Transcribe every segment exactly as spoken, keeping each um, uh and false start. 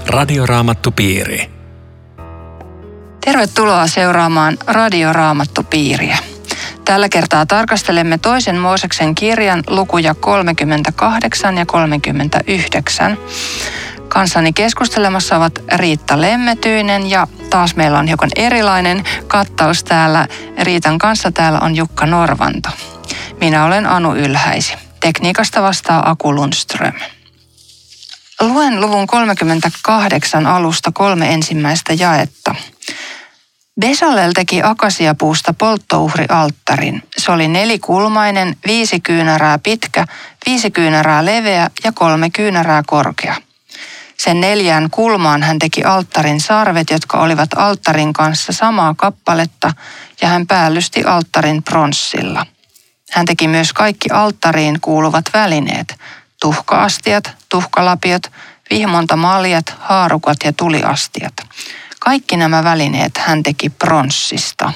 Radioraamattupiiri. Tervetuloa seuraamaan Radioraamattupiiriä. Tällä kertaa tarkastelemme toisen Mooseksen kirjan lukuja kolmekymmentäkahdeksan ja kolmekymmentäyhdeksän. Kanssani keskustelemassa ovat Riitta Lemmetyinen ja taas meillä on hiukan erilainen kattaus täällä. Riitan kanssa täällä on Jukka Norvanto. Minä olen Anu Ylhäisi. Tekniikasta vastaa Aku Lundström. Luen luvun kolmekymmentäkahdeksan alusta kolme ensimmäistä jaetta. Besalel teki akasiapuusta polttouhrialttarin. Se oli nelikulmainen, viisi kyynärää pitkä, viisi kyynärää leveä ja kolme kyynärää korkea. Sen neljään kulmaan hän teki alttarin sarvet, jotka olivat alttarin kanssa samaa kappaletta, ja hän päällysti alttarin pronssilla. Hän teki myös kaikki alttariin kuuluvat välineet, tuhka-astiat, tuhkalapiot, vihmontamaljat, haarukat ja tuliastiat. Kaikki nämä välineet hän teki pronssista.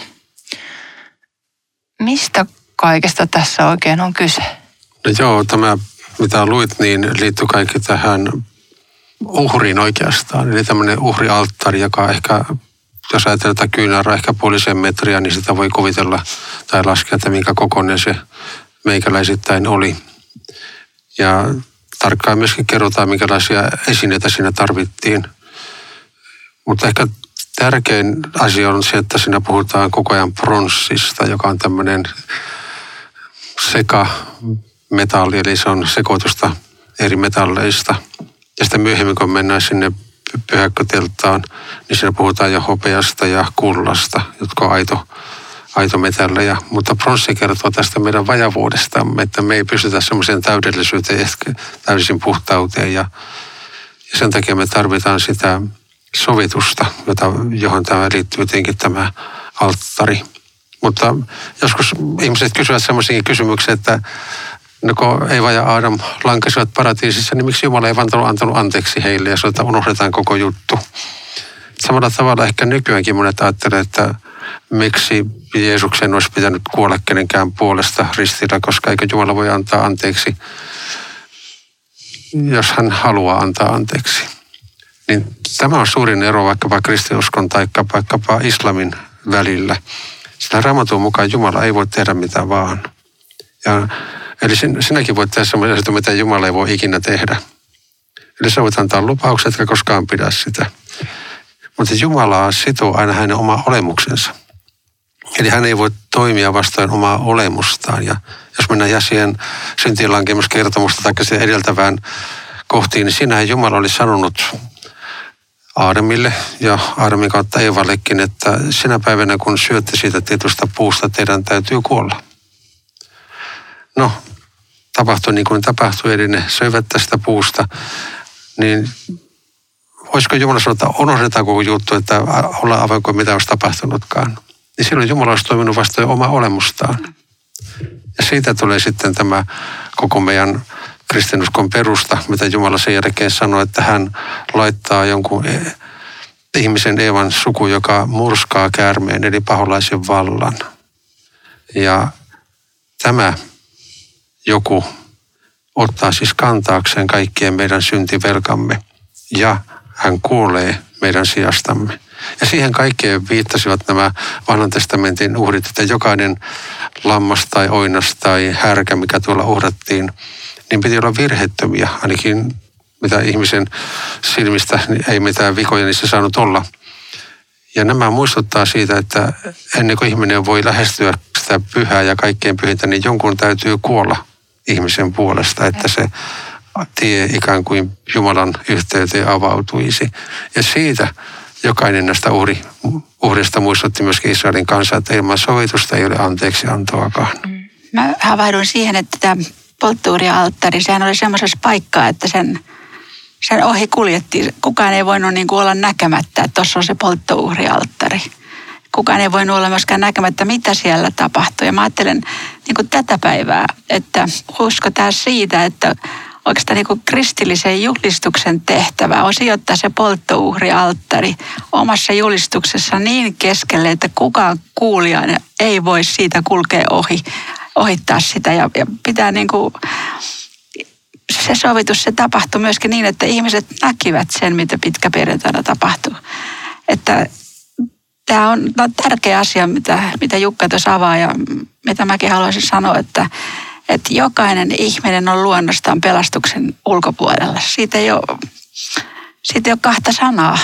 Mistä kaikesta tässä oikein on kyse? No joo, tämä mitä luit, niin liittyy kaikki tähän uhriin oikeastaan. Eli tämmöinen uhrialttari, joka ehkä, jos ajatellaan tätä kyynärää, ehkä puolisen metriä, niin sitä voi kuvitella tai laskea, että minkä kokoinen se meikäläisittäin oli. Ja tarkkaan myöskin kerrotaan, minkälaisia esineitä siinä tarvittiin. Mutta ehkä tärkein asia on se, että siinä puhutaan koko ajan pronssista, joka on tämmöinen sekametalli, eli se on sekoitusta eri metalleista. Ja sitten myöhemmin, kun mennään sinne pyhäkköteltaan, niin siinä puhutaan jo hopeasta ja kullasta, jotka on aito, aito metalleja. Mutta pronssi kertoo tästä meidän vajavuudestamme, että me ei pystytä semmoiseen täydellisyyteen, ehkä täysin puhtauteen. Ja, ja sen takia me tarvitaan sitä sovitusta, jota, johon tämä liittyy jotenkin tämä alttari. Mutta joskus ihmiset kysyvät sellaisia kysymyksiä, että no kun Eeva ja Aadam lankasivat paratiisissa, niin miksi Jumala ei antanut, antanut anteeksi heille ja sanotaan, unohdetaan koko juttu. Samalla tavalla ehkä nykyäänkin monet ajattelevat, että miksi Jeesuksen olisi pitänyt kuolla kenenkään puolesta ristillä, koska eikö Jumala voi antaa anteeksi, jos hän haluaa antaa anteeksi. Niin tämä on suurin ero vaikkapa kristinuskon tai vaikkapa islamin välillä. Sillä Raamatun mukaan Jumala ei voi tehdä mitä vaan. Ja, eli sin, sinäkin voit tehdä sellaisia asioita, mitä Jumala ei voi ikinä tehdä. Eli sä voit antaa lupaukset, jotka koskaan pidä sitä. Mutta Jumala sitoo aina hänen oma olemuksensa. Eli hän ei voi toimia vastaan omaa olemustaan. Ja jos mennään jäsien syntiinlankemuskertomusta tai sen edeltävään kohtiin, niin siinähän Jumala oli sanonut Aadamille ja Aadamin kautta Eevallekin, että sinä päivänä kun syötte siitä tietystä puusta, teidän täytyy kuolla. No, tapahtui niin kuin tapahtui, eli ne söivät tästä puusta, niin voisiko Jumala sanoa, että unohdetaan koko juttu, että ollaan aivan kuin mitä olisi tapahtunutkaan. Niin silloin Jumala olisi toiminut vasta omaa olemustaan. Ja siitä tulee sitten tämä koko meidän kristinuskon perusta, mitä Jumala sen jälkeen sanoi, että hän laittaa jonkun ihmisen Eevan suku, joka murskaa käärmeen, eli paholaisen vallan. Ja tämä joku ottaa siis kantaakseen kaikkien meidän syntivelkamme ja hän kuolee meidän sijastamme. Ja siihen kaikkeen viittasivat nämä vanhan testamentin uhrit, että jokainen lammas tai oinas tai härkä, mikä tuolla uhrattiin, niin piti olla virheettömiä, ainakin mitä ihmisen silmistä niin ei mitään vikoja niissä saanut olla. Ja nämä muistuttaa siitä, että ennen kuin ihminen voi lähestyä sitä pyhää ja kaikkein pyhintä, niin jonkun täytyy kuolla ihmisen puolesta, että se tie ikään kuin Jumalan yhteyteen avautuisi. Ja siitä jokainen näistä uhri, uhrista muistutti myöskin Israelin kansaa, että ilman sovitusta ei ole anteeksi antoakaan. Mä havahduin siihen, että tämä polttouhrialttari, sehän oli semmoisessa paikkaa, että sen, sen ohi kuljettiin. Kukaan ei voinut niin kuin olla näkemättä, että tuossa on se polttouhrialttari. Kukaan ei voinut olla myöskään näkemättä, mitä siellä tapahtui. Ja mä ajattelen niin kuin tätä päivää, että uskotaan siitä, että oikeastaan niin kuin kristillisen julistuksen tehtävä on sijoittaa se polttouhrialttari omassa julistuksessa niin keskelle, että kukaan kuulija ei voi siitä kulkea ohi, ohittaa sitä ja, ja pitää niin kuin se sovitus, se tapahtui myöskin niin, että ihmiset näkivät sen, mitä pitkäperjantaina tapahtui. Että tämä on, tämä on tärkeä asia, mitä, mitä Jukka tuossa avaa ja mitä mäkin haluaisin sanoa, että, että jokainen ihminen on luonnostaan pelastuksen ulkopuolella. Siitä ei ole, siitä ei ole kahta sanaa.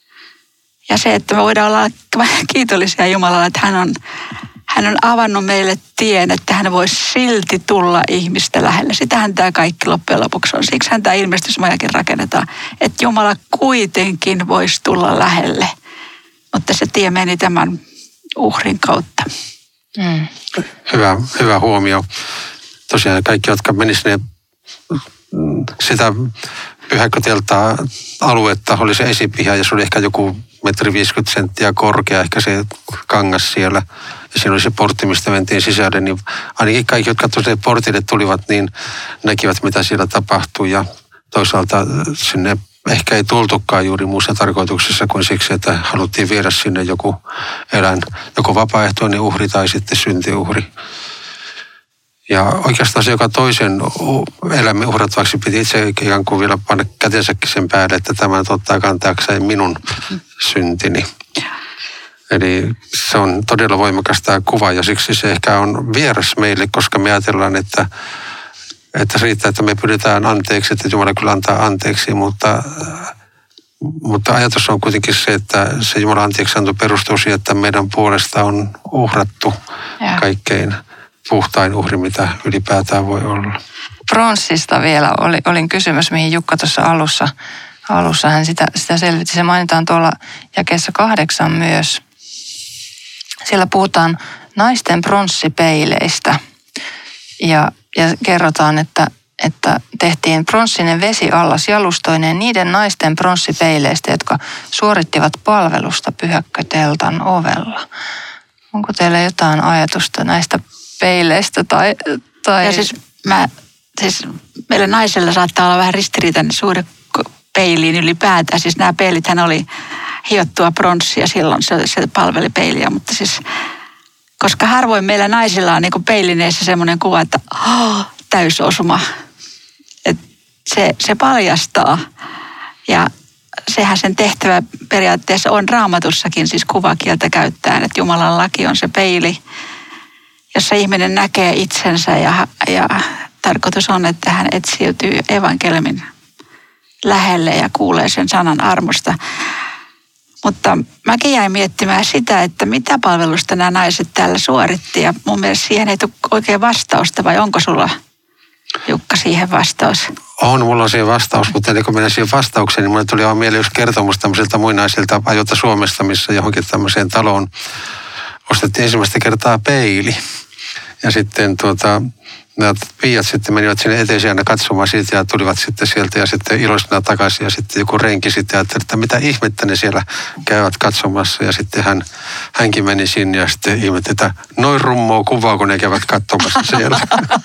Ja se, että me voidaan olla kiitollisia Jumalalle, että hän on, hän on avannut meille tien, että hän voisi silti tulla ihmistä lähelle. Sitähän tämä kaikki loppujen lopuksi on. Siksihän tämä ilmestysmajakin rakennetaan, että Jumala kuitenkin voisi tulla lähelle. Mutta se tie meni tämän uhrin kautta. Mm. Hyvä, hyvä huomio. Tosiaan kaikki, jotka menisivät sitä pyhäköteltaa aluetta, oli se esipiha ja se oli ehkä joku metri viisikymmentä senttiä korkea, ehkä se kangas siellä. Ja siinä oli se portti, mistä mentiin sisälle, niin ainakin kaikki, jotka tuolle portille tulivat, niin näkivät, mitä siellä tapahtui. Ja toisaalta sinne ehkä ei tultukaan juuri muussa tarkoituksessa kuin siksi, että haluttiin viedä sinne joku eläin, joko vapaaehtoinen uhri tai sitten syntiuhri. Ja oikeastaan se, joka toisen eläimen uhrattavaksi piti itse ikään kuin vielä panna kätensäkin sen päälle, että tämän ottaa kantaakseen minun syntini. Eli se on todella voimakas tämä kuva ja siksi se ehkä on vieras meille, koska me ajatellaan, että, että riittää, että me pyydetään anteeksi, että Jumala kyllä antaa anteeksi, mutta, mutta ajatus on kuitenkin se, että se Jumalan anteeksianto perustuu siihen, että meidän puolesta on uhrattu ja kaikkein puhtain uhri, mitä ylipäätään voi olla. Pronssista vielä oli, olin kysymys, mihin Jukka tuossa alussa, alussa hän sitä, sitä selvitti. Se mainitaan tuolla jakeessa kahdeksan myös. Siellä puhutaan naisten pronssipeileistä ja, ja kerrotaan, että, että tehtiin pronssinen vesiallas jalustoineen niiden naisten pronssipeileistä, jotka suorittivat palvelusta pyhäkköteltan ovella. Onko teillä jotain ajatusta näistä peileistä tai... tai... Ja siis, mä, siis meillä naisilla saattaa olla vähän ristiriitainen suhde peiliin ylipäätään. Siis nämä peilithän oli hiottua pronssia silloin, se, se palveli peiliä, mutta siis koska harvoin meillä naisilla on niin kuin peilineissä semmoinen kuva, että oh, täysosuma. Et se, se paljastaa ja sehän sen tehtävä periaatteessa on Raamatussakin siis kuvakieltä käyttäen, että Jumalan laki on se peili, jossa ihminen näkee itsensä ja, ja tarkoitus on, että hän etsiytyy evankeliumin lähelle ja kuulee sen sanan armosta. Mutta mäkin jäin miettimään sitä, että mitä palvelusta nämä naiset täällä suoritti ja mun mielestä siihen ei tule oikein vastausta vai onko sulla, Jukka, siihen vastaus? On, mulla on siihen vastaus, mutta ennen kuin mennään siihen vastaukseen, niin mulle tuli aivan mieleen yksi kertomus tämmöisiltä muinaisilta ajoilta Suomesta, missä johonkin tämmöiseen taloon ostettiin ensimmäistä kertaa peili. Ja sitten tuota, nämä piiat sitten menivät sinne eteiseen katsomaan siitä ja tulivat sitten sieltä ja sitten iloisena takaisin. Ja sitten joku renki sitten ajatteli, että mitä ihmettä ne siellä käyvät katsomassa. Ja sitten hän, hänkin meni sinne ja sitten ihmetteli, että noin rummoa kuvaa, kun ne käyvät katsomassa siellä.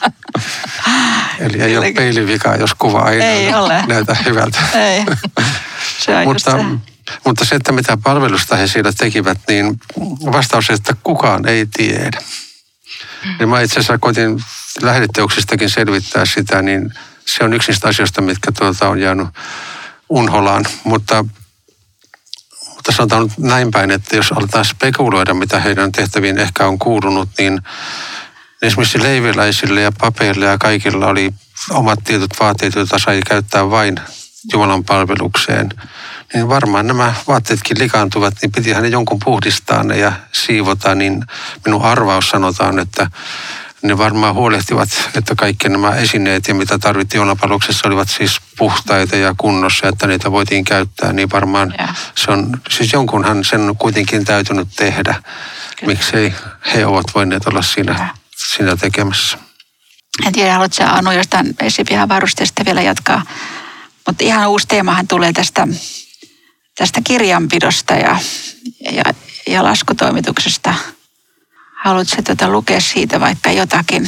Eli ei ole peilin vika, jos kuva ei, ei näytä hyvältä. Ei, se on mutta, se. mutta se, että mitä palvelusta he siellä tekivät, niin vastaus on, että kukaan ei tiedä. Mm. Ja mä itse asiassa koitin lähdeteoksistakin selvittää sitä, niin se on yksi niistä asioista, mitkä tuota on jäänyt unholaan. Mutta, mutta sanotaan näin päin, että jos aletaan spekuloida, mitä heidän tehtäviin ehkä on kuulunut, niin esimerkiksi leiviläisille ja papeille ja kaikilla oli omat tietyt vaatteet, joita sai käyttää vain Jumalan palvelukseen. Niin varmaan nämä vaatteetkin likaantuvat, niin pitihän ne jonkun puhdistaa ne ja siivota, niin minun arvaus sanotaan, että ne varmaan huolehtivat, että kaikki nämä esineet ja mitä tarvittiin Jumalanpalveluksessa olivat siis puhtaita ja kunnossa, että niitä voitiin käyttää, niin varmaan ja. se on, siis jonkunhan sen on kuitenkin täytynyt tehdä. Kyllä. Miksei he ovat voineet olla siinä, siinä tekemässä. En tiedä, haluatko Anu jostain esipihan varusteesta vielä jatkaa, mutta ihan uusi teemahan tulee tästä tästä kirjanpidosta ja, ja, ja laskutoimituksesta. Haluatko tuota lukea siitä vaikka jotakin?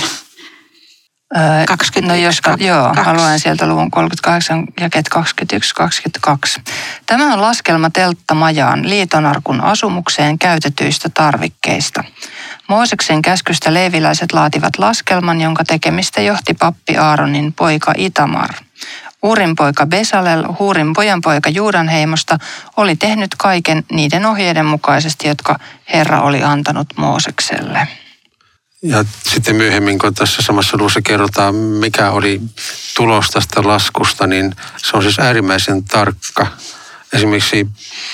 Öö, kaksikymmentä, no jos, kaksi, joo, kaksi. haluan sieltä luvun kolmekymmentäkahdeksan, jakeet kaksikymmentäyksi kaksikymmentäkaksi. Tämä on laskelma telttamajaan liitonarkun asumukseen käytetyistä tarvikkeista. Mooseksen käskystä leeviläiset laativat laskelman, jonka tekemistä johti pappi Aaronin poika Itamar. Uurin poika Besalel, Huurin pojan poika Juudan heimosta, oli tehnyt kaiken niiden ohjeiden mukaisesti, jotka Herra oli antanut Moosekselle. Ja sitten myöhemmin, kun tässä samassa luvussa kerrotaan, mikä oli tulos tästä laskusta, niin se on siis äärimmäisen tarkka. Esimerkiksi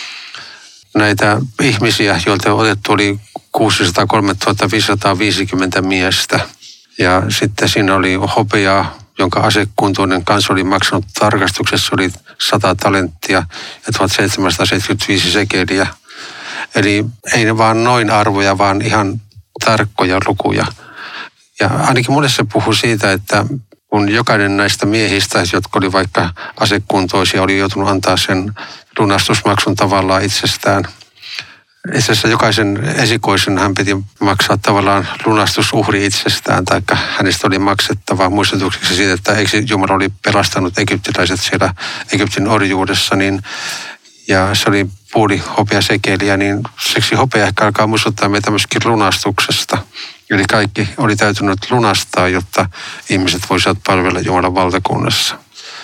näitä ihmisiä, joilta on otettu, oli kuusisataakolme tuhatta viisisataaviisikymmentä miestä. Ja sitten siinä oli hopeaa, jonka asekuntoinen kanssa oli maksanut tarkastuksessa, oli sata talenttia ja tuhatseitsemänsataaseitsemänkymmentäviisi sekeliä. Eli ei ne vaan noin arvoja, vaan ihan tarkkoja lukuja. Ja ainakin monessa se puhuu siitä, että kun jokainen näistä miehistä, jotka oli vaikka asekuntoisia, oli joutunut antaa sen lunastusmaksun tavallaan itsestään. Itse asiassa jokaisen esikoisen hän piti maksaa tavallaan lunastusuhri itsestään, tai hänestä oli maksettava muistutukseksi siitä, että Jumala oli pelastanut egyptiläiset siellä Egyptin orjuudessa, niin, ja se oli puoli hopeasekeliä, niin siksi hopea ehkä alkaa muistuttaa meitä myöskin lunastuksesta. Eli kaikki oli täytynyt lunastaa, jotta ihmiset voisivat palvella Jumalan valtakunnassa.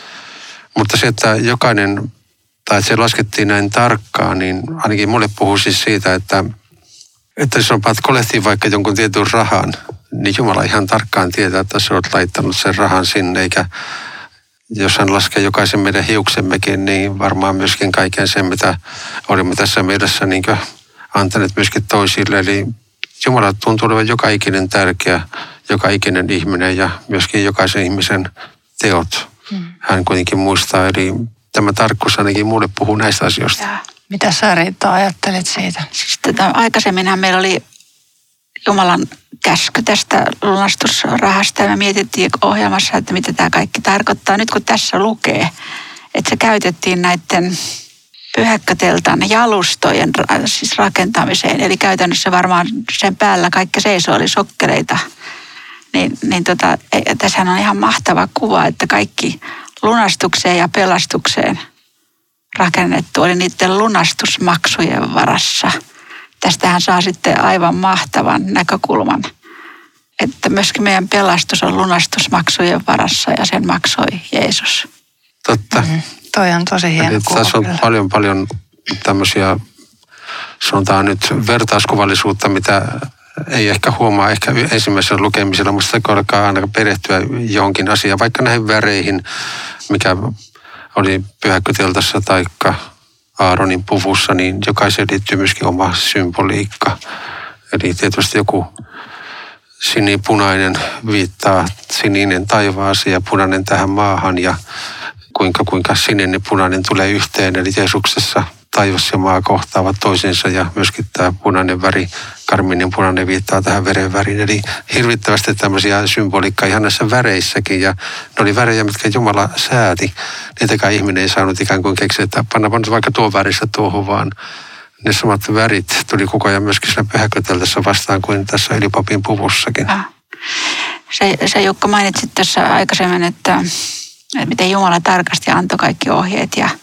Mutta se, että jokainen, tai että se laskettiin näin tarkkaan, niin ainakin mulle puhuu siis siitä, että, että jos on paat kolehtiin vaikka jonkun tietyn rahan, niin Jumala ihan tarkkaan tietää, että sä oot laittanut sen rahan sinne, eikä jos hän laskee jokaisen meidän hiuksemmekin, niin varmaan myöskin kaiken sen, mitä olimme tässä mielessä niin antaneet myöskin toisille. Eli Jumala tuntuu olevan joka ikinen tärkeä, joka ikinen ihminen ja myöskin jokaisen ihmisen teot. Hmm. Hän kuitenkin muistaa, eli tämä tarkkuus ainakin mulle puhuu näistä asioista. Ja. Mitä sä, Riitta, ajattelet siitä? Siis tätä, aikaisemminhan meillä oli Jumalan käsky tästä lunastusrahasta ja me mietittiin ohjelmassa, että mitä tämä kaikki tarkoittaa. Nyt kun tässä lukee, että se käytettiin näiden pyhäkköteltan jalustojen siis rakentamiseen, eli käytännössä varmaan sen päällä kaikki seisoo oli sokkeleita, niin, niin tota, tässähän on ihan mahtava kuva, että kaikki lunastukseen ja pelastukseen rakennettu oli niiden lunastusmaksujen varassa. Tästähän saa sitten aivan mahtavan näkökulman, että myöskin meidän pelastus on lunastusmaksujen varassa ja sen maksoi Jeesus. Totta. Mm, toi on tosi hieno eli kuva. Tässä on kyllä paljon, paljon tämmöisiä, sanotaan nyt vertauskuvallisuutta, mitä ei ehkä huomaa ehkä ensimmäisellä lukemisella, mutta se alkaa aina perehtyä johonkin asiaan, vaikka näihin väreihin, mikä oli pyhäkköteltassa taikka Aaronin puvussa, niin jokaiseen liittyy myöskin oma symboliikka. Eli tietysti joku sinipunainen viittaa sininen taivaaseen ja punainen tähän maahan ja kuinka, kuinka sininen ja punainen tulee yhteen. Eli Jeesuksessa taivas ja maa kohtaavat toisensa ja myöskin tämä punainen väri, karminen punainen viittaa tähän veren väriin. Eli hirvittävästi tämmöisiä symboliikkaa ihan näissä väreissäkin ja ne oli värejä, mitkä Jumala sääti. Niitäkään ihminen ei saanut ikään kuin keksiä, että panna nyt vaikka tuon värissä tuohon, vaan ne samat värit tuli koko ajan myöskin siinä pyhäkköteltassa vastaan kuin tässä ylipapin puvussakin. Ah. Se, se Jukka mainitsit tässä aikaisemmin, että, että miten Jumala tarkasti antoi kaikki ohjeet ja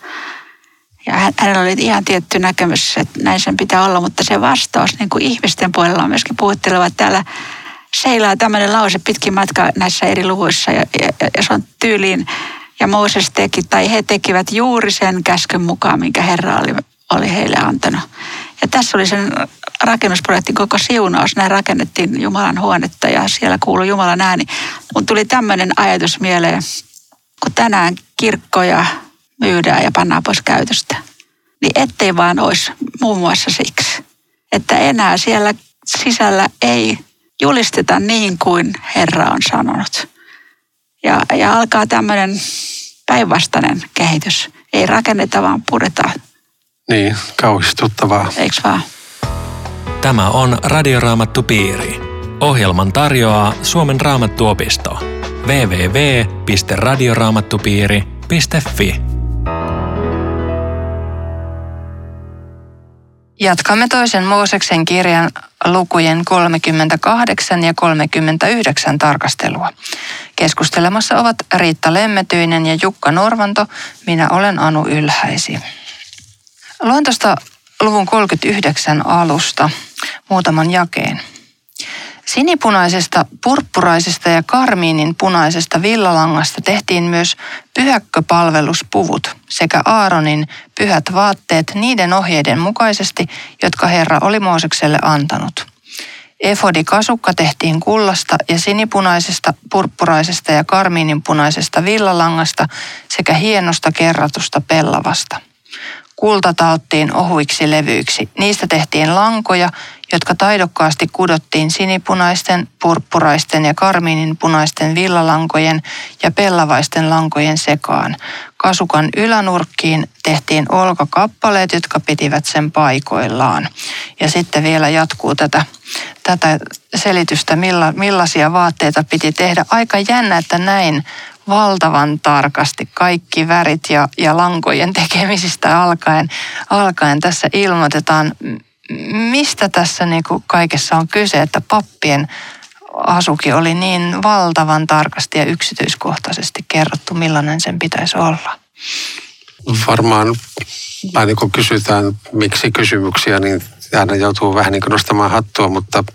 Ja hänellä oli ihan tietty näkemys, että näin sen pitää olla, mutta se vastaus niin kuin ihmisten puolella on myöskin puhutteleva. Täällä seilaa tämmöinen lause pitkin matka näissä eri luvuissa ja, ja, ja se on tyyliin. Ja Mooses teki, tai he tekivät juuri sen käskyn mukaan, minkä Herra oli, oli heille antanut. Ja tässä oli sen rakennusprojektin koko siunaus. Näin rakennettiin Jumalan huonetta ja siellä kuului Jumalan ääni. Mutta tuli tämmöinen ajatus mieleen, kun tänään kirkkoja myydään ja pannaan pois käytöstä. Niin ettei vaan olisi muun muassa siksi, että enää siellä sisällä ei julisteta niin kuin Herra on sanonut. Ja, ja alkaa tämmöinen päinvastainen kehitys. Ei rakenneta, vaan puretaan. Niin, kauhistuttavaa. Eiks vaan? Tämä on Radioraamattupiiri. Ohjelman tarjoaa Suomen Raamattuopisto. double-u double-u double-u piste radioraamattupiiri piste fi. Jatkamme toisen Mooseksen kirjan lukujen kolmekymmentäkahdeksan ja kolmekymmentäyhdeksän tarkastelua. Keskustelemassa ovat Riitta Lemmetyinen ja Jukka Norvanto. Minä olen Anu Ylhäisi. Luen tuosta luvun kolmekymmentäyhdeksän alusta muutaman jakeen. Sinipunaisesta, purppuraisesta ja karmiinin punaisesta villalangasta tehtiin myös pyhäkköpalveluspuvut sekä Aaronin pyhät vaatteet niiden ohjeiden mukaisesti, jotka Herra oli Moosekselle antanut. Efodikasukka tehtiin kullasta ja sinipunaisesta, purppuraisesta ja karmiininpunaisesta villalangasta sekä hienosta kerratusta pellavasta. Kulta taottiin ohuiksi levyiksi. Niistä tehtiin lankoja, jotka taidokkaasti kudottiin sinipunaisten, purppuraisten ja karmiininpunaisten villalankojen ja pellavaisten lankojen sekaan. Kasukan ylänurkkiin tehtiin olkakappaleet, jotka pitivät sen paikoillaan. Ja sitten vielä jatkuu tätä, tätä selitystä, milla, millaisia vaatteita piti tehdä. Aika jännä, että näin valtavan tarkasti kaikki värit ja, ja lankojen tekemisistä alkaen, alkaen tässä ilmoitetaan, mistä tässä niin kuin kaikessa on kyse, että pappien asuki oli niin valtavan tarkasti ja yksityiskohtaisesti kerrottu, millainen sen pitäisi olla. Varmaan aina kun kysytään miksi kysymyksiä, niin aina joutuu vähän niin kuin nostamaan hattua, mutta,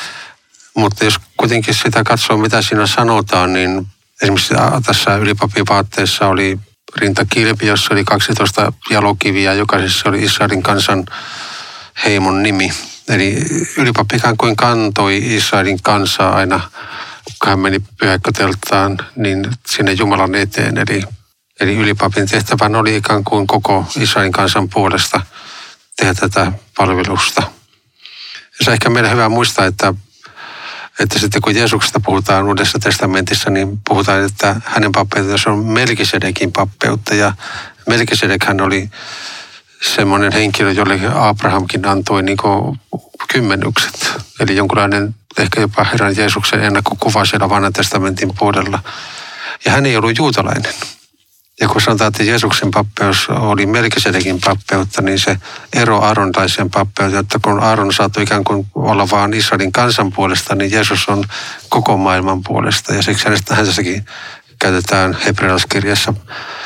mutta jos kuitenkin sitä katsoo, mitä siinä sanotaan, niin esimerkiksi tässä ylipapin vaatteessa oli rintakilpi, jossa oli kaksitoista jalokiviä, jokaisessa oli Israelin kansan heimon nimi. Eli ylipappi ikään kuin kantoi Israelin kansaa aina, kun hän meni pyhäkköteltaan, niin sinne Jumalan eteen. Eli, eli ylipapin tehtävän oli ikään kuin koko Israelin kansan puolesta tehdä tätä palvelusta. Ja se on ehkä meidän hyvä muistaa, että Että sitten kun Jeesuksesta puhutaan Uudessa testamentissa, niin puhutaan, että hänen pappeutensa on Melkisedekin pappeutta. Ja Melkisedek hän oli semmoinen henkilö, jolle Abrahamkin antoi niin kuin kymmenykset. Eli jonkunlainen ehkä jopa Herran Jeesuksen ennakkokuva siellä Vanhan testamentin puolella. Ja hän ei ollut juutalainen. Ja kun sanotaan, että Jeesuksen pappeus oli Melkisedekin pappeutta, niin se ero aaronlaisen pappeutta, että kun Aaron saattoi ikään kuin olla vaan Israelin kansan puolesta, niin Jeesus on koko maailman puolesta. Ja siksi hänestä hänsäkin käytetään hebrealaiskirjassa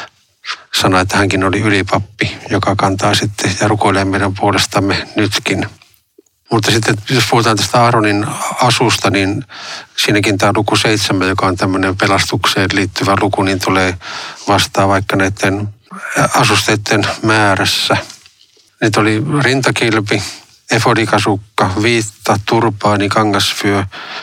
sana, että hänkin oli ylipappi, joka kantaa sitten ja rukoilee meidän puolestamme nytkin. Mutta sitten jos puhutaan tästä Aaronin asusta, niin siinäkin tämä luku seitsemän, joka on tämmöinen pelastukseen liittyvä luku, niin tulee vastaan vaikka näiden asusteiden määrässä. Niitä oli rintakilpi, efodikasukka, viitta, turpaani, kangasvyö,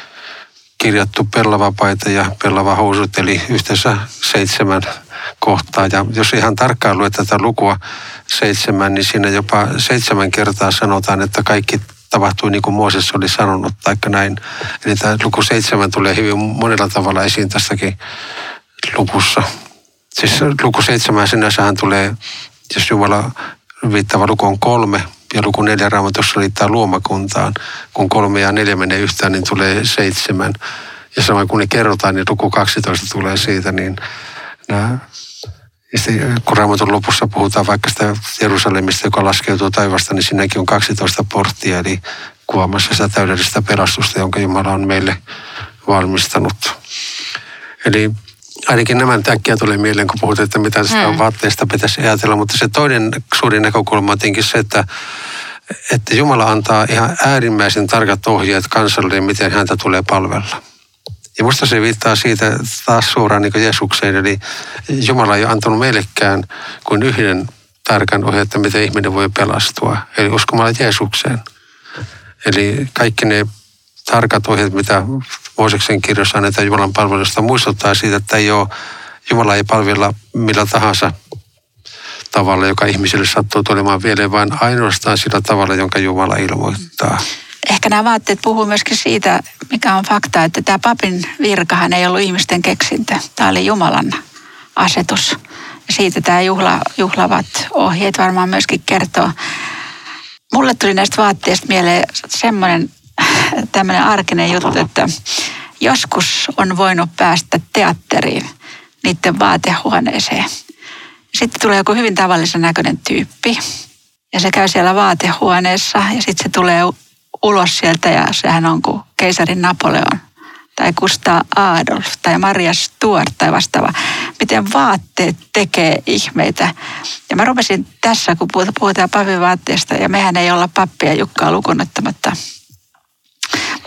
kirjattu pellavapaita ja pellavahousut, eli yhteensä seitsemän kohtaa. Ja jos ihan tarkkaan luet tätä lukua seitsemän, niin siinä jopa seitsemän kertaa sanotaan, että kaikki tapahtui niin kuin Mooses oli sanonut, taikka näin. Eli tämä luku seitsemän tulee hyvin monella tavalla esiin tässäkin luvussa. Siis luku seitsemän sinänsähän tulee, jos Jumala viittava luku on kolme, ja luku neljä Raamatussa liittää luomakuntaan. Kun kolme ja neljä menee yhtään, niin tulee seitsemän. Ja samoin kun ne kerrotaan, niin luku kaksitoista tulee siitä, niin nämä, kun Raamatun lopussa puhutaan vaikka sitä Jerusalemista, joka laskeutuu taivasta, niin siinäkin on kaksitoista porttia, eli kuvaamassa sitä täydellistä pelastusta, jonka Jumala on meille valmistanut. Eli ainakin nämä äkkiä tulee mieleen, kun puhutaan, että mitä tästä hmm. vaatteesta pitäisi ajatella, mutta se toinen suuri näkökulma on tietenkin se, että, että Jumala antaa ihan äärimmäisen tarkat ohjeet kansalle, miten häntä tulee palvella. Ja musta se viittaa siitä taas suoraan niin kuin Jeesukseen, eli Jumala ei ole antanut meillekään kuin yhden tarkan ohje, että miten ihminen voi pelastua, eli uskomalla Jeesukseen. Eli kaikki ne tarkat ohjeet, mitä Mooseksen kirjassa annetaan Jumalan palvelusta, muistuttaa siitä, että ei ole, Jumala ei palvella millä tahansa tavalla, joka ihmisille sattuu tulemaan vielä, vaan ainoastaan sillä tavalla, jonka Jumala ilmoittaa. Ehkä nämä vaatteet puhuu myöskin siitä, mikä on fakta, että tämä papin virkahan ei ollut ihmisten keksintö. Tämä oli Jumalan asetus. Ja siitä tämä juhla, juhlavat ohjeet varmaan myöskin kertoo. Mulle tuli näistä vaatteista mieleen semmoinen tämmöinen arkinen juttu, että joskus on voinut päästä teatteriin niiden vaatehuoneeseen. Sitten tulee joku hyvin tavallisen näköinen tyyppi ja se käy siellä vaatehuoneessa ja sitten se tulee ulos sieltä ja sehän on kuin keisari Napoleon tai Gustav Adolf tai Maria Stuart tai vastaava. Miten vaatteet tekee ihmeitä. Ja mä rupesin tässä, kun puhutaan papin vaatteesta ja mehän ei olla pappia Jukkaa lukunottamatta. Mutta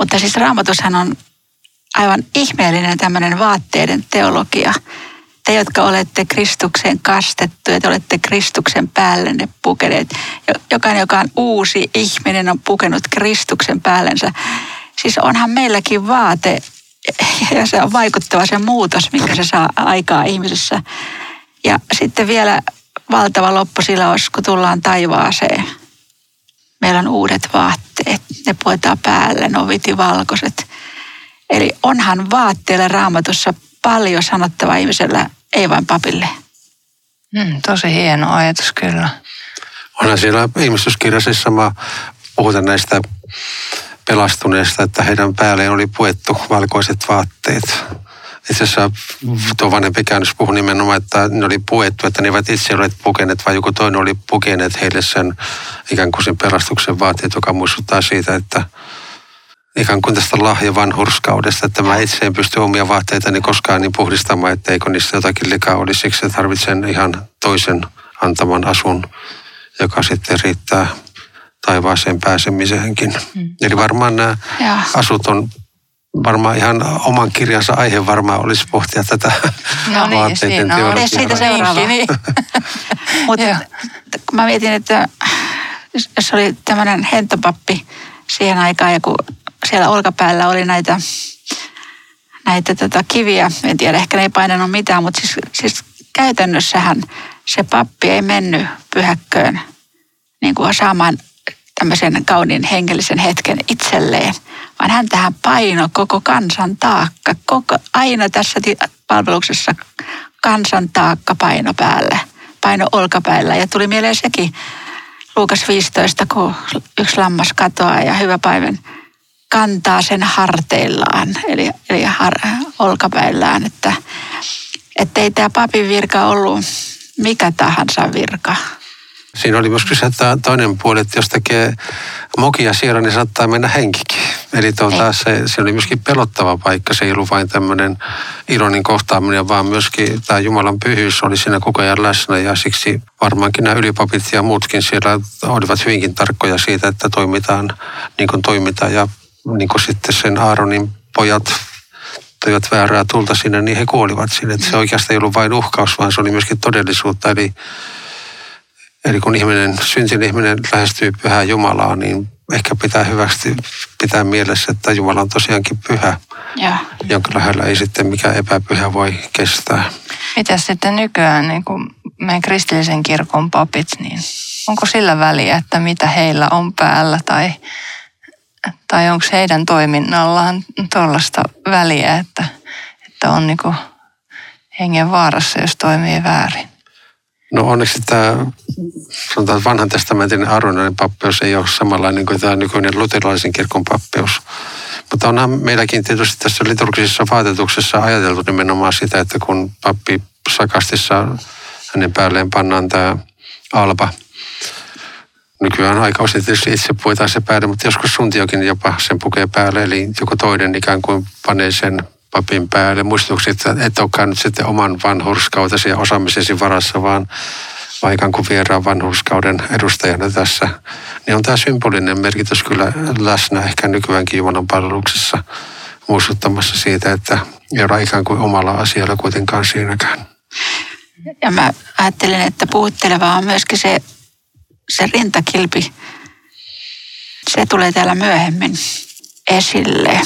Mutta siis Raamatushan on aivan ihmeellinen tämmöinen vaatteiden teologia. Te, jotka olette Kristukseen kastettuja, te olette Kristuksen päällenne pukeneet. Jokainen, joka on uusi ihminen, on pukenut Kristuksen päällensä. Siis onhan meilläkin vaate, ja se on vaikuttava se muutos, minkä se saa aikaa ihmisessä. Ja sitten vielä valtava loppusilaus, kun tullaan taivaaseen. Meillä on uudet vaatteet, ne puetaan päälle, ne on vitivalkoiset. Eli onhan vaatteilla Raamatussa paljon sanottavaa ihmisellä, ei vain papille. Mm, tosi hieno ajatus kyllä. Onhan siellä ihmistyskirjassa sama puhuta näistä pelastuneista, että heidän päälleen oli puettu valkoiset vaatteet. Itse asiassa tuo vanhempi käännös puhui nimenomaan, että ne oli puettu, että ne eivät itse ole pukeneet, vaan joku toinen oli pukeneet heille sen ikään kuin sen pelastuksen vaatteet, joka muistuttaa siitä, että ikään kuin tästä lahja vanhurskaudesta, että mä itse en pysty omia vaatteitani koskaan niin puhdistamaan, etteikö niistä jotakin likaa olisi. Siksi tarvitsen ihan toisen antaman asun, joka sitten riittää taivaaseen pääsemiseenkin. Mm. Eli varmaan nämä ja. asut on varmaan ihan oman kirjansa aihe varmaan olisi pohtia tätä no niin, vaatteiden teologiaa. Siitä seuraava. Niin. Mutta mä mietin, että jos oli tämmöinen hentopappi siihen aikaan, ja kun siellä olkapäällä oli näitä, näitä tota kiviä, en tiedä, ehkä ne ei painanut mitään, mutta siis, siis käytännössähän se pappi ei mennyt pyhäkköön niin kuin saamaan tämmöisen kauniin hengellisen hetken itselleen, vaan hän tähän paino koko kansan taakka. Koko, aina tässä palveluksessa kansan taakka paino päällä, paino olkapäällä. Ja tuli mieleen sekin Luukas viisitoista, kun yksi lammas katoaa ja hyvä päivän kantaa sen harteillaan, eli, eli har, olkapäillään. Että ei tämä papin virka ollut mikä tahansa virka. Siinä oli myös kyse, että toinen puoli, että jos tekee mokia siellä, niin saattaa mennä henkikin. Eli tuota, se, se oli myöskin pelottava paikka. Se ei ollut vain tämmöinen iloinen kohtaaminen, vaan myöskin tämä Jumalan pyhyys oli siinä koko ajan läsnä. Ja siksi varmaankin nämä ylipapit ja muutkin siellä olivat hyvinkin tarkkoja siitä, että toimitaan niin kuin toimitaan. Ja niin kuin sitten sen Aaronin pojat toivat väärää tulta sinne, niin he kuolivat sinne. Että se oikeastaan ei ollut vain uhkaus, vaan se oli myöskin todellisuutta. Eli Eli kun ihminen, syntinen ihminen lähestyy pyhää Jumalaa, niin ehkä pitää hyvästi pitää mielessä, että Jumala on tosiaankin pyhä, ja. jonka lähellä ei sitten mikään epäpyhä voi kestää. Mitäs sitten nykyään niin kuin meidän kristillisen kirkon papit, niin onko sillä väliä, että mitä heillä on päällä tai, tai onko heidän toiminnallaan tuollaista väliä, että, että on niin kuin hengen vaarassa, jos toimii väärin? No onneksi tämä, sanotaan, vanhan testamentin aaronainen pappeus ei ole samanlainen kuin tämä nykyinen luterilaisen kirkon pappeus. Mutta onhan meilläkin tietysti tässä liturgisessa vaatetuksessa ajateltu nimenomaan sitä, että kun pappi sakastissa hänen päälleen pannaan tämä alba. Nykyään aika usein tietysti itse puetaan se päälle, mutta joskus suntiokin jopa sen pukee päälle. Eli joku toinen ikään kuin panee sen papin päälle. Muistutuksi, että et olekaan nyt sitten oman vanhurskautesi ja osaamisesi varassa, vaan vaikka kuin vieraan vanhurskauden edustajana tässä, niin on tämä symbolinen merkitys kyllä läsnä ehkä nykyäänkin Jumalan palveluksessa muistuttamassa siitä, että ei ole ikään kuin omalla asialla kuitenkaan siinäkään. Ja mä ajattelin, että puhuttelevaa on myöskin se, se rintakilpi. Se tulee täällä myöhemmin esille.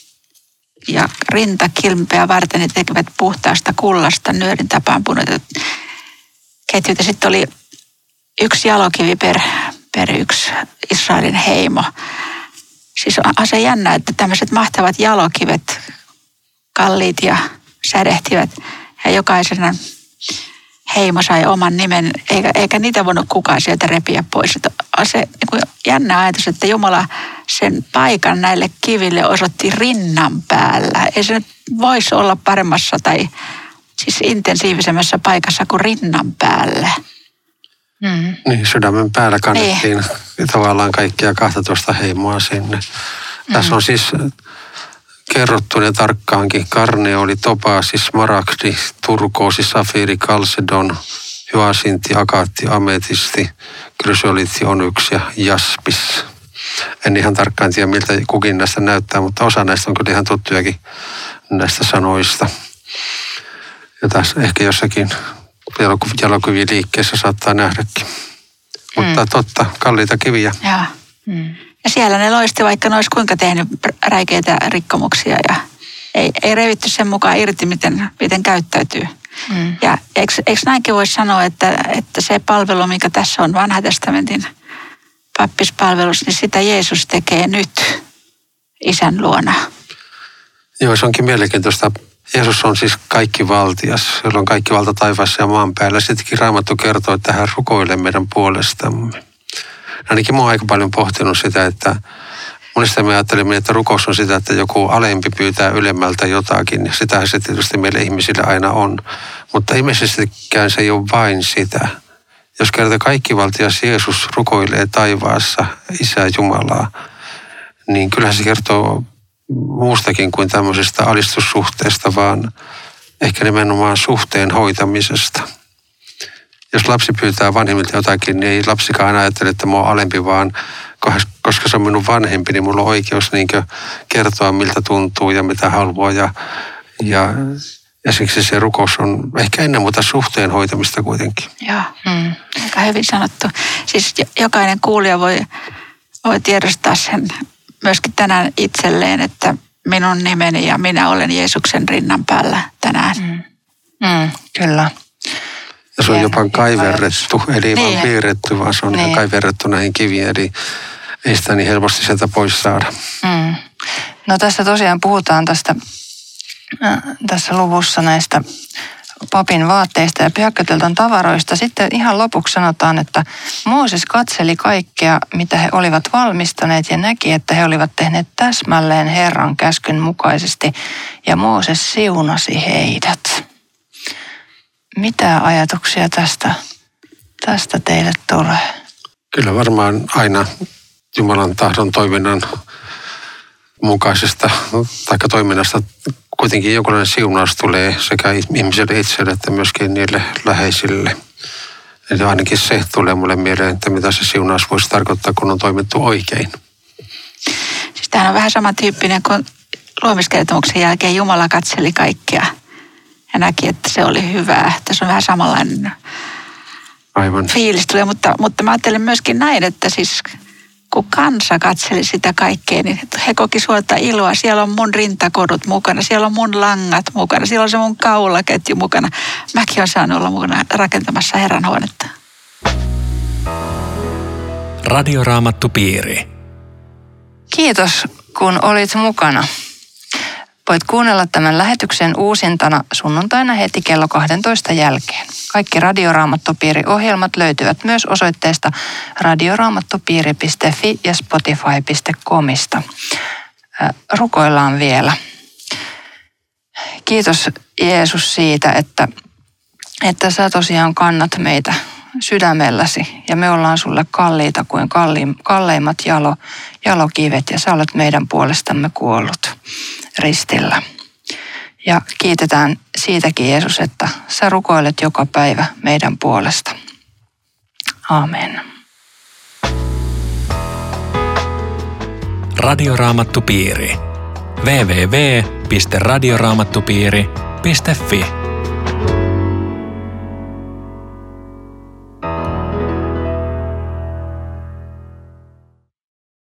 Ja rintakilpeä varten ne tekevät puhtaasta kullasta nyörin tapaan punotetut ketjut. Ja sitten oli yksi jalokivi per, per yksi Israelin heimo. Siis on se jännä, että tämmöiset mahtavat jalokivet, kalliit ja särehtivät. Ja jokaisena heimo sai oman nimen, eikä, eikä niitä voinut kukaan sieltä repiä pois. On se niin jännä ajatus, että Jumala sen paikan näille kiville osoitti rinnan päällä. Ei se nyt voisi olla paremmassa tai siis intensiivisemmässä paikassa kuin rinnan päällä. Mm. Niin, sydämen päällä kannettiin niin tavallaan kaikkia kahtatoista heimoa sinne. Mm. Tässä on siis kerrottu ne tarkkaankin. Karneoli, topaasi, smaragdi, turkoosi, safiiri, kalsedon, hyasinti, akaatti, ametisti, krysoliitti, onyx ja jaspis. En ihan tarkkaan tiedä, miltä kukin näistä näyttää, mutta osa näistä on kyllä ihan tuttujakin näistä sanoista. Ja tässä ehkä jossakin jalokuvien liikkeessä saattaa nähdäkin. Mm. Mutta totta, kalliita kiviä. Ja. Mm. ja siellä ne loisti, vaikka ne olisi kuinka tehnyt räikeitä rikkomuksia ja ei, ei revitty sen mukaan irti, miten, miten käyttäytyy. Mm. Ja eikö, eikö näinkin voi sanoa, että, että se palvelu, mikä tässä on Vanhan testamentin pappispalvelus, niin sitä Jeesus tekee nyt Isän luona. Joo, se onkin mielenkiintoista. Jeesus on siis kaikki valtias, jolla on kaikki valta taivaassa ja maan päällä. Sittenkin Raamattu kertoo, että hän rukoilee meidän puolestamme. Ainakin mä oon aika paljon pohtinut sitä, että monesti me ajattelimme, että rukous on sitä, että joku alempi pyytää ylemmältä jotakin. Ja sitähän se tietysti meille ihmisille aina on. Mutta ilmeisestikään se ei ole vain sitä. Jos kerta kaikkivaltias Jeesus rukoilee taivaassa Isää Jumalaa, niin kyllähän se kertoo muustakin kuin tämmöisestä alistussuhteesta, vaan ehkä nimenomaan suhteen hoitamisesta. Jos lapsi pyytää vanhemmilta jotakin, niin ei lapsikaan aina ajattele, että mä oon alempi, vaan koska se on minun vanhempi, niin mulla on oikeus niin kertoa, miltä tuntuu ja mitä haluaa. Ja, ja, ja siksi se rukous on ehkä ennen muuta suhteen hoitamista kuitenkin. Joo, mm. aika hyvin sanottu. Siis jokainen kuulija voi, voi tiedostaa sen myöskin tänään itselleen, että minun nimeni ja minä olen Jeesuksen rinnan päällä tänään. Mm. Mm, kyllä. Ja se on jopa kaiverrettu, eli ei niin. vaan piirretty, vaan se on niin. kaiverrettu näihin kiviin, eli ei sitä niin helposti sieltä pois saada. Mm. No tässä tosiaan puhutaan tästä, äh, tässä luvussa näistä papin vaatteista ja pyhäkköteltan tavaroista. Sitten ihan lopuksi sanotaan, että Mooses katseli kaikkea, mitä he olivat valmistaneet ja näki, että he olivat tehneet täsmälleen Herran käskyn mukaisesti ja Mooses siunasi heidät. Mitä ajatuksia tästä, tästä teille tulee? Kyllä varmaan aina Jumalan tahdon toiminnan mukaisesta tai toiminnasta kuitenkin jonkinlainen siunaus tulee sekä ihmiselle itselle että myöskin niille läheisille. Eli ainakin se tulee mulle mieleen, että mitä se siunaus voisi tarkoittaa, kun on toimittu oikein. Siis tämähän on vähän samantyyppinen kuin luomiskertomuksen jälkeen Jumala katseli kaikkea ja näki, että se oli hyvää. Tässä on vähän samanlainen Aivan. fiilis tulee, mutta, mutta mä ajattelen myöskin näin, että siis kun kansa katseli sitä kaikkea, niin he koki suurta iloa. Siellä on mun rintakodut mukana, siellä on mun langat mukana, siellä on se mun kaulaketju mukana. Mäkin olen saanut olla mukana rakentamassa Herran huonetta. Radioraamattupiiri. Kiitos, kun olit mukana. Voit kuunnella tämän lähetyksen uusintana sunnuntaina heti kello kahdentoista jälkeen. Kaikki Radioraamattupiiri-ohjelmat löytyvät myös osoitteesta radioraamattupiiri piste fi ja spotify piste comista. Rukoillaan vielä. Kiitos Jeesus siitä, että, että sä tosiaan kannat meitä sydämelläsi ja me ollaan sulle kalliita kuin kalliim, kalleimmat jalo, jalokivet ja sä olet meidän puolestamme kuollut ristillä. Ja kiitetään siitäkin Jeesus, että sä rukoilet joka päivä meidän puolesta. Aamen. Radioraamattupiiri. double-u double-u double-u piste radioraamattupiiri piste fi